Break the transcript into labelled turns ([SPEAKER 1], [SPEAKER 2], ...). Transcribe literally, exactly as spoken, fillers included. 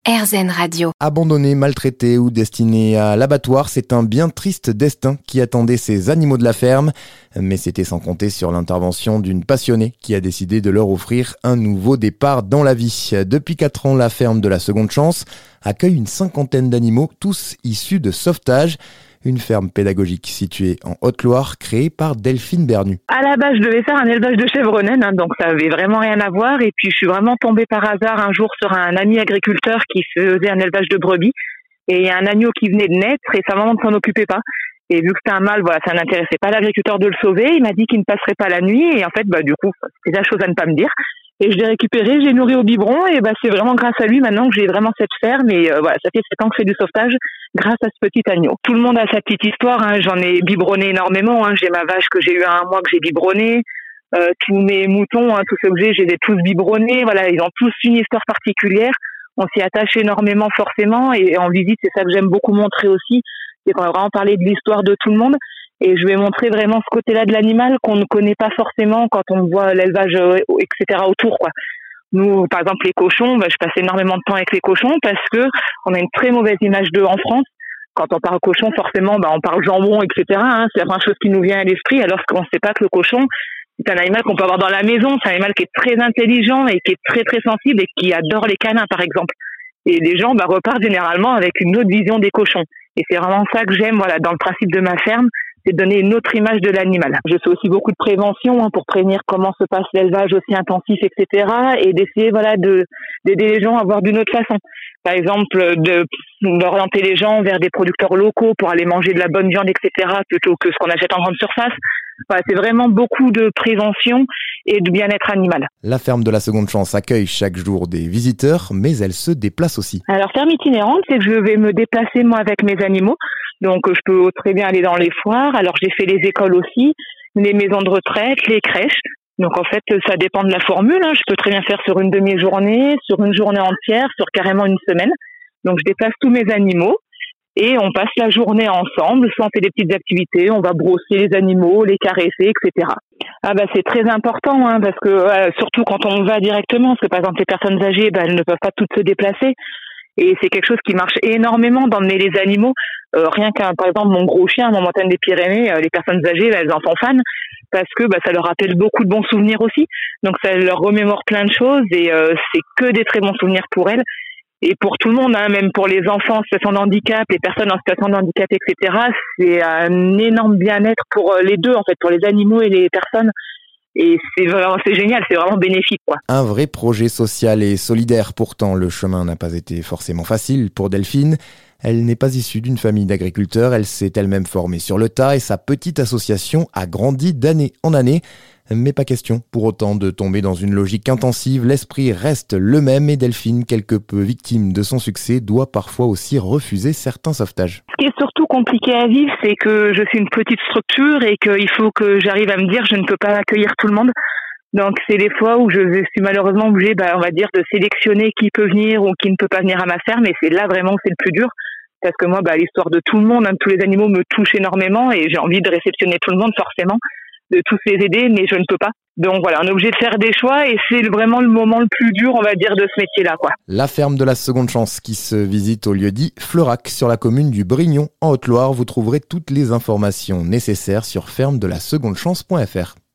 [SPEAKER 1] RZN Radio.
[SPEAKER 2] Abandonnés, maltraités ou destinés à l'abattoir, c'est un bien triste destin qui attendait ces animaux de la ferme. Mais c'était sans compter sur l'intervention d'une passionnée qui a décidé de leur offrir un nouveau départ dans la vie. Depuis quatre ans, la ferme de la Seconde Chance accueille une cinquantaine d'animaux, tous issus de sauvetage. Une ferme pédagogique située en Haute-Loire, créée par Delphine Bernu.
[SPEAKER 3] À la base, je devais faire un élevage de chèvres naines, hein, donc ça avait vraiment rien à voir. Et puis, je suis vraiment tombée par hasard un jour sur un ami agriculteur qui faisait un élevage de brebis. Et il y a un agneau qui venait de naître et sa maman ne s'en occupait pas. Et vu que c'était un mâle, voilà, ça n'intéressait pas l'agriculteur de le sauver. Il m'a dit qu'il ne passerait pas la nuit. Et en fait, bah, du coup, c'est la chose à ne pas me dire. Et je l'ai récupéré, j'ai nourri au biberon, et bah, c'est vraiment grâce à lui maintenant que j'ai vraiment cette ferme, et euh, voilà, ça fait sept ans que je fais du sauvetage grâce à ce petit agneau. Tout le monde a sa petite histoire, hein. J'en ai biberonné énormément, hein. J'ai ma vache que j'ai eu à un mois que j'ai biberonné, euh, tous mes moutons, hein, tous ceux que j'ai, je les ai tous biberonnés, voilà, ils ont tous une histoire particulière, on s'y attache énormément forcément, et en visite, c'est ça que j'aime beaucoup montrer aussi, c'est qu'on va vraiment parler de l'histoire de tout le monde. Et je vais montrer vraiment ce côté-là de l'animal qu'on ne connaît pas forcément quand on voit l'élevage, et cetera autour, quoi. Nous, par exemple, les cochons, bah, je passe énormément de temps avec les cochons parce que on a une très mauvaise image d'eux en France. Quand on parle cochon, forcément, bah, on parle jambon, et cetera, hein, c'est la première chose qui nous vient à l'esprit, alors qu'on ne sait pas que le cochon, c'est un animal qu'on peut avoir dans la maison. C'est un animal qui est très intelligent et qui est très, très sensible et qui adore les câlins, par exemple. Et les gens, bah, repartent généralement avec une autre vision des cochons. Et c'est vraiment ça que j'aime, voilà, dans le principe de ma ferme, c'est de donner une autre image de l'animal. Je fais aussi beaucoup de prévention, hein, pour prévenir comment se passe l'élevage aussi intensif, et cetera, et d'essayer, voilà, de d'aider les gens à voir d'une autre façon. Par exemple, de d'orienter les gens vers des producteurs locaux pour aller manger de la bonne viande, et cetera, plutôt que ce qu'on achète en grande surface. Voilà, c'est vraiment beaucoup de prévention et de bien-être animal.
[SPEAKER 2] La ferme de la Seconde Chance accueille chaque jour des visiteurs, mais elle se déplace aussi.
[SPEAKER 3] Alors, ferme itinérante, c'est que je vais me déplacer moi avec mes animaux. Donc, je peux très bien aller dans les foires. Alors, j'ai fait les écoles aussi, les maisons de retraite, les crèches. Donc, en fait, ça dépend de la formule, hein. Je peux très bien faire sur une demi-journée, sur une journée entière, sur carrément une semaine. Donc, je déplace tous mes animaux et on passe la journée ensemble. Soit on fait des petites activités, on va brosser les animaux, les caresser, et cetera. Ah bah c'est très important, hein, parce que euh, surtout quand on va directement, parce que par exemple les personnes âgées, bah, elles ne peuvent pas toutes se déplacer. Et c'est quelque chose qui marche énormément d'emmener les animaux. Euh, rien qu'un, par exemple, mon gros chien, mon montagne des Pyrénées, euh, les personnes âgées, bah, elles en sont fans parce que bah, ça leur rappelle beaucoup de bons souvenirs aussi. Donc ça leur remémore plein de choses et euh, c'est que des très bons souvenirs pour elles. Et pour tout le monde, hein, même pour les enfants en situation de handicap, les personnes en situation de handicap, et cetera, c'est un énorme bien-être pour les deux, en fait, pour les animaux et les personnes. Et c'est vraiment, c'est génial, c'est vraiment bénéfique, quoi.
[SPEAKER 2] Un vrai projet social et solidaire. Pourtant, le chemin n'a pas été forcément facile pour Delphine. Elle n'est pas issue d'une famille d'agriculteurs, elle s'est elle-même formée sur le tas et sa petite association a grandi d'année en année. Mais pas question pour autant de tomber dans une logique intensive, l'esprit reste le même et Delphine, quelque peu victime de son succès, doit parfois aussi refuser certains sauvetages.
[SPEAKER 3] Ce qui est surtout compliqué à vivre, c'est que je suis une petite structure et qu'il faut que j'arrive à me dire je ne peux pas accueillir tout le monde. Donc c'est des fois où je suis malheureusement obligée, bah, on va dire, de sélectionner qui peut venir ou qui ne peut pas venir à ma ferme et c'est là vraiment que c'est le plus dur. Parce que moi, bah, l'histoire de tout le monde, hein, tous les animaux me touchent énormément et j'ai envie de réceptionner tout le monde forcément, de tous les aider, mais je ne peux pas. Donc voilà, on est obligé de faire des choix et c'est vraiment le moment le plus dur, on va dire, de ce métier-là, quoi.
[SPEAKER 2] La ferme de la Seconde Chance qui se visite au lieu-dit Fleurac sur la commune du Brignon en Haute-Loire. Vous trouverez toutes les informations nécessaires sur ferme de la seconde chance point f r.